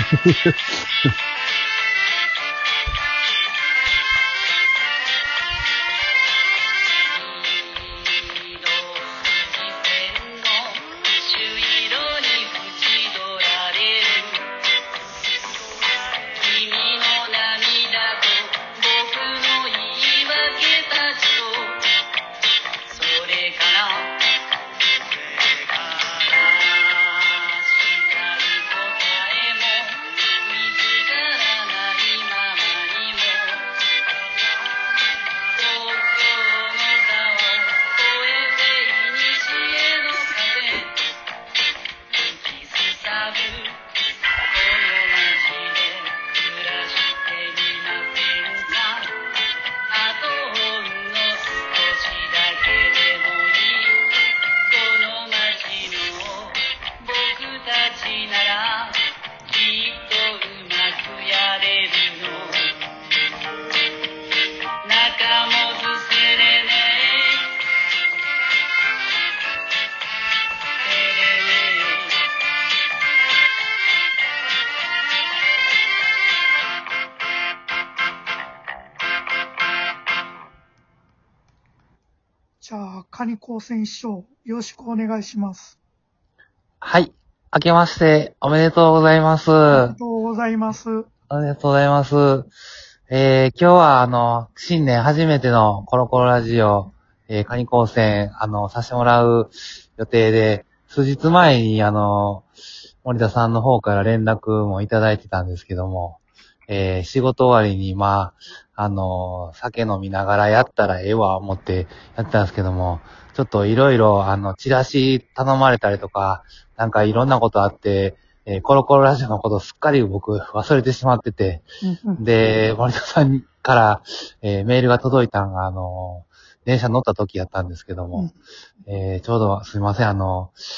じゃあ、カニ高専師匠、よろしくお願いします。 はい。明けまして、おめでとうございます。 ありがとうございます。 おめでとうございます。今日は、新年初めてのコロコロラジオ、カニ高専、させてもらう予定で、数日前に、森田さんの方から連絡もいただいてたんですけども、仕事終わりに、酒飲みながらやったらええわ、思ってやってたんですけども、ちょっといろいろ、チラシ頼まれたりとか、なんかいろんなことあって、コロコロラジオのことすっかり僕忘れてしまってて、で、森田さんから、メールが届いたのが、電車乗った時やったんですけども、ちょうどすいません、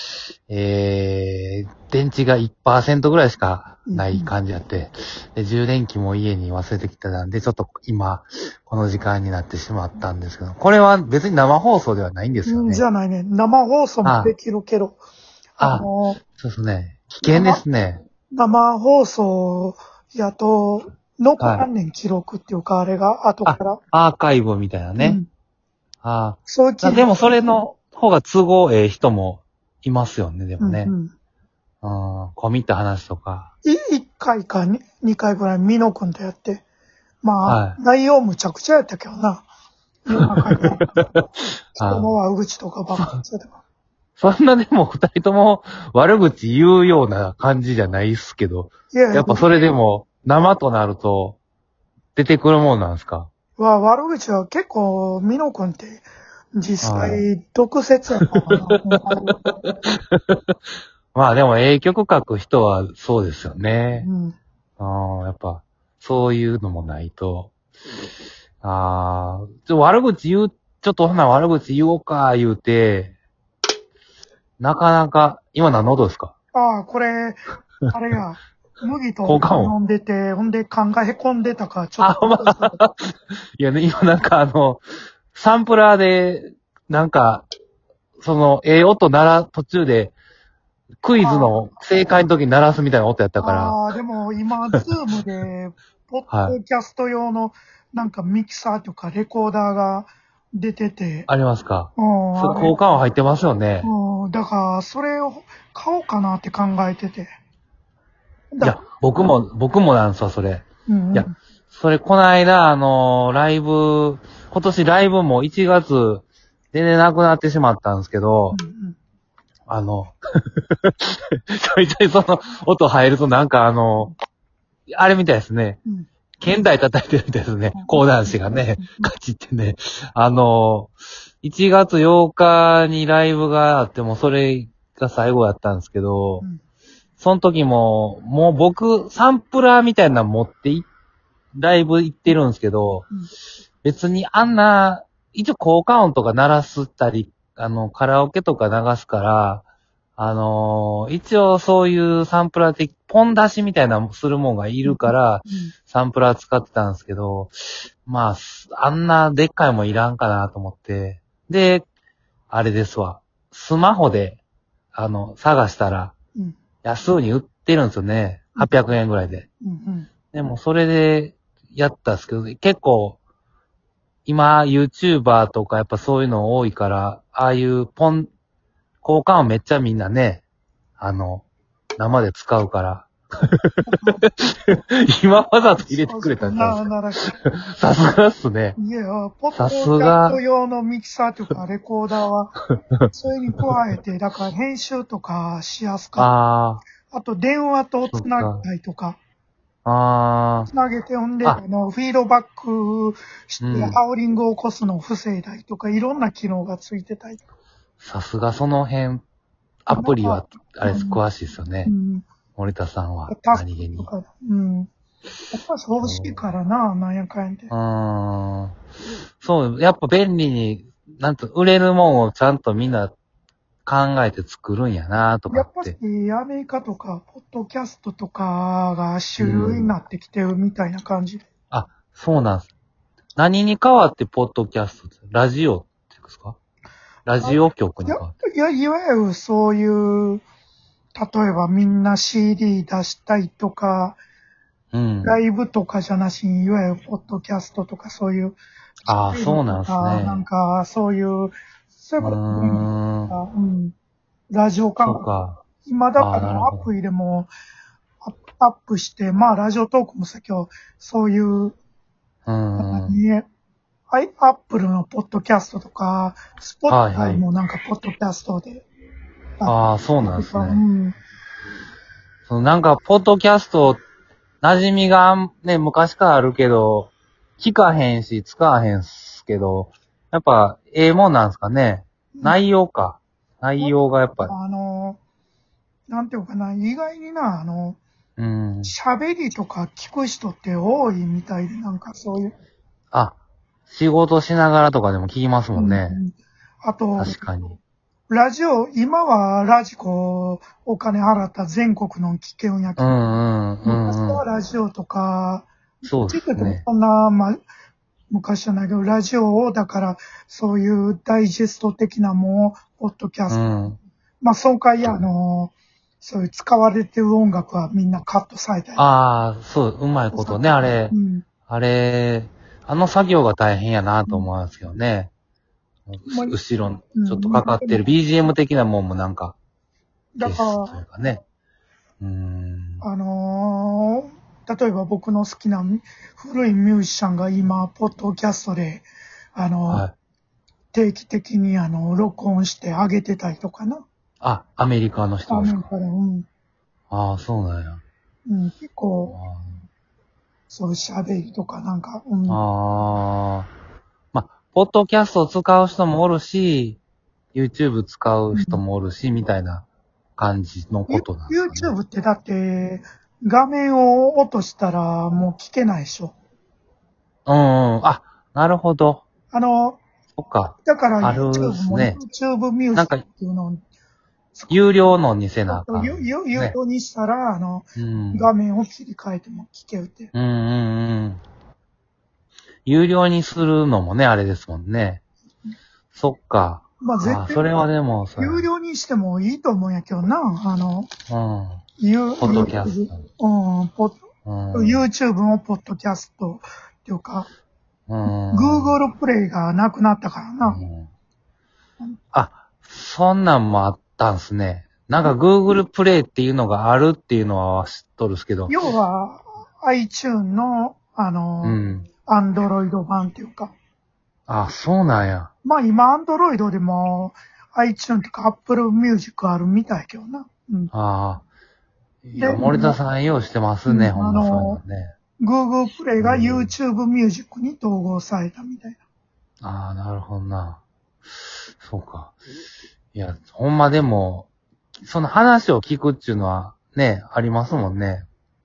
電池が 1% ぐらいしかない感じやって、で充電器も家に忘れてきてたんで、ちょっと今、この時間になってしまったんですけど、これは別に生放送ではないんですよね。 じゃないね。生放送もできるけど、 そうですね。危険ですね。 生放送やと、残らんねん記録っていうか、あれが後から。 アーカイブみたいなね。 そうでもそれの方が都合ええ人もいますよね、でもね。込み入った話とか。 1回か2回ぐらい美濃くんとやって。内容むちゃくちゃやったけどな。人の悪口とかばっかりしてた。 そんなでも二人とも悪口言うような感じじゃないっすけど。やっぱそれでも生となると出てくるもんなんですか？ 悪口は結構美濃くんって実際毒舌やな。でも曲書く人はそうですよね。やっぱそういうのもないと。悪口ちょっとほな悪口言おうか言うて、なかなか、今何の音ですか？ これ、あれや、麦と飲んでて、ほんで缶が凹んでたから、ちょっと。 いやね、今なんかサンプラーで、なんか、音途中で、クイズの正解の時に鳴らすみたいな音やったから。でも今、ズームで、ポッドキャスト用の、なんかミキサーとかレコーダーが出てて。 ありますか。効果音入ってますよね。 だから、それを買おうかなって考えてて。 いや、僕もなんですわ、それ。いや、それ、この間、今年ライブも1月、全然なくなってしまったんですけど、ちょいちょいその音入るとなんかあれみたいですね。剣台叩いてるみたいですね。講談師がね、カチってね。1月8日にライブがあっても、それが最後やったんですけど、その時も、もう僕、サンプラーみたいなの持ってライブ行ってるんですけど、別に一応効果音とか鳴らしたり、カラオケとか流すから、一応そういうサンプラー的、ポン出しみたいなするもんがいるから、サンプラー使ってたんですけど、あんなでっかいもんいらんかなと思って、で、あれですわ、スマホで、探したら、安売に売ってるんですよね。 800円ぐらいで。 うんうん。 でもそれでやったんですけど、結構、今 YouTuber とかやっぱそういうの多いから、ああいう交換をめっちゃみんなね、生で使うから。今わざと入れてくれたんですか？さすがっすね。 いや、ポッドキさすャがスト用のミキサーとかレコーダーは、それに加えて、だから編集とかしやすかった。 ああと電話とそっかつなげたりとか、 あ、 つなげて、ほんで、 あ、 フィードバックして、 うん。 ハウリングを起こすのを防いだりとか、いろんな機能がついてたりとか。 さすがその辺、アプリは、あれです、 うん詳しいですよね。 うん。 森田さんは、 タス何気に。 クとか、うん。やっぱり欲しいからな、なんやかんやで。 そう、やっぱ便利に、売れるもんをちゃんとみんな考えて作るんやなとかやっぱりって。 アメリカとか、ポッドキャストとかが主流になってきてるみたいな感じで。 あ、そうなんです。何に変わってポッドキャストラジオっていうんですか？ラジオ局に変わって。 いわゆるそういう、例えばみんな CD 出したいとか、 うん。 ライブとかじゃなしに、いわゆるポッドキャストとかそういう、 ああ、そうなんですなんね。 か、そういう、そういうことうん、ラジオ感覚。 そうか。 今だかなるほど。 らアプリでもアップして、まあラジオトークもさ、今日、そういう、アップルのポッドキャストとか、スポットもなんかポッドキャストで。 そうなんですね。 うん。 なんか、ポッドキャスト、馴染みがね、昔からあるけど、聞かへんし、使わへんすけど、やっぱ、もんなんすかね。内容か。内容がやっぱり。 なんていうかな、意外にな、 うん。 喋りとか聞く人って多いみたいで、なんかそういう。 あ、仕事しながらとかでも聞きますもんね。 あと、 確かに。 今はラジコお金払った全国の聞けんやけど、昔はラジオとか、 そうですね。 そんな、昔じゃないけど、ラジオを、だから、そういうダイジェスト的なものを、ポッドキャスト。爽快や、そういう使われてる音楽はみんなカットされたり。 そう、うまいことね、あれ。あの作業が大変やなと思いますけどね。後ろにちょっとかかってる BGM 的なもんもなんか、 だ消すというかね。 例えば僕の好きな古いミュージシャンが今、ポッドキャストで、定期的に録音してあげてたりとかな。 アメリカの人ですか？ アメリカで、 そうなんや。 結構、そういう喋りとかなんか、 ポッドキャストを使う人もおるし、YouTube 使う人もおるし、みたいな感じのことなんですかね。 YouTube ってだって、画面を落としたらもう聞けないでしょ。 なるほど。そっか。 だから YouTube も YouTube ミュージックっていうのを有料のにせなあかん、 有料にしたら、画面を切り替えても聞けるって。 有料にするのもね、あれですもんね。そっか。 絶対。 それはでも、 有料にしてもいいと思うんやけどな、 ポッドキャスト。 YouTube のポッドキャストっていうか、Google プレイがなくなったからな。 そんなんもあったんすね。なんか Google プレイっていうのがあるっていうのは知っとるんすけど。 要は iTunes のAndroid 版っていうか。 そうなんや。 今 Android でも iTunes とか Apple Music あるみたいやけどな。 いや、森田さん用してますね、ほんまそういうのね。 Google プレイが YouTube Music に統合されたみたいな。なるほどな。そうか。いや、ほんまでも、その話を聞くっていうのはね、ありますもんね。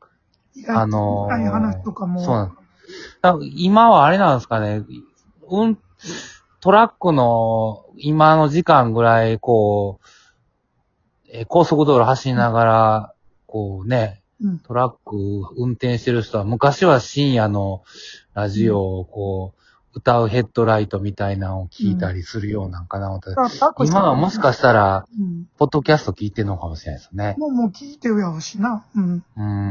話とかも。 そうなんです。今はあれなんですかね、トラックの今の時間ぐらい、高速道路走りながら、トラック運転してる人は、昔は深夜のラジオを歌うヘッドライトみたいなのを聞いたりするようなんかな、 タ今はもしかしたら、 うん。 ポッドキャスト聞いてるのかもしれないですね。 もう聞いてるやろしな。うん。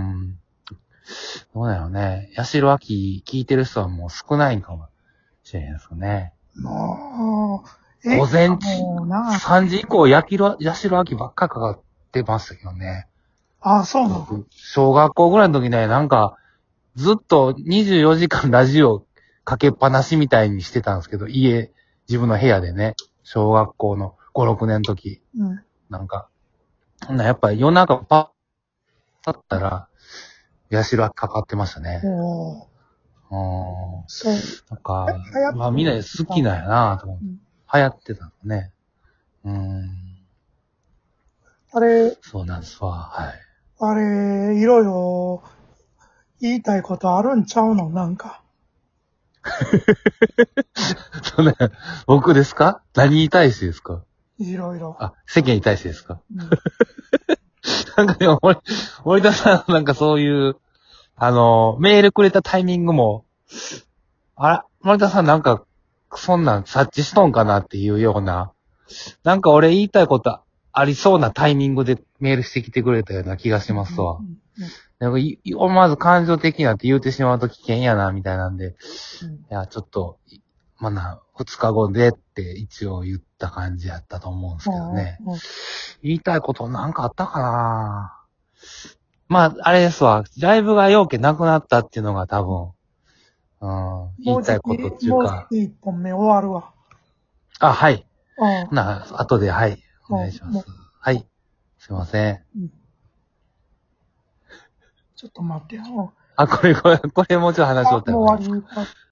どうだよね。八代亜紀聞いてる人はもう少ないんかもしれないですよね。 もう、 午前中、 もうな。 3時以降、八代亜紀ばっかかかってましたけどね。 ああ、そうなの。 僕、小学校ぐらいの時ね、なんか、ずっと24時間ラジオかけっぱなしみたいにしてたんですけど、自分の部屋でね、小学校の5、6年の時、 うん。 なんか、やっぱり夜中パッったら、八代亜紀かかってましたね。 おそう。 なんか流行っ、 まあみんな好きなんやなと思って。 うん流行ってたのね。 あれ、 そうなんですわ。はい。 あれ、いろいろ言いたいことあるんちゃうのなんか。 そんな、僕ですか？何に対してですか？ いろいろ。 あ、世間に対してですか？ うん。 なんかでも、森田さんなんかそういう、メールくれたタイミングも、森田さんなんか、そんなん察知しとんかなっていうような、なんか俺言いたいことありそうなタイミングでメールしてきてくれたような気がしますわ。なんか思わず感情的なって言うてしまうと危険やな、みたいなんで、いや、ちょっと、2日後でって一応言った感じやったと思うんですけどね。言いたいことなんかあったかな。まあ、あれですわ。ライブが要件なくなったっていうのが多分、言いたいことっていうか。 もう一本目終わるわ。 あ、はい。 うん。 後で、はい。お願いします。はい。すいません。 ちょっと待ってよ。 これもうちょい話しとったよ。 もう終わり。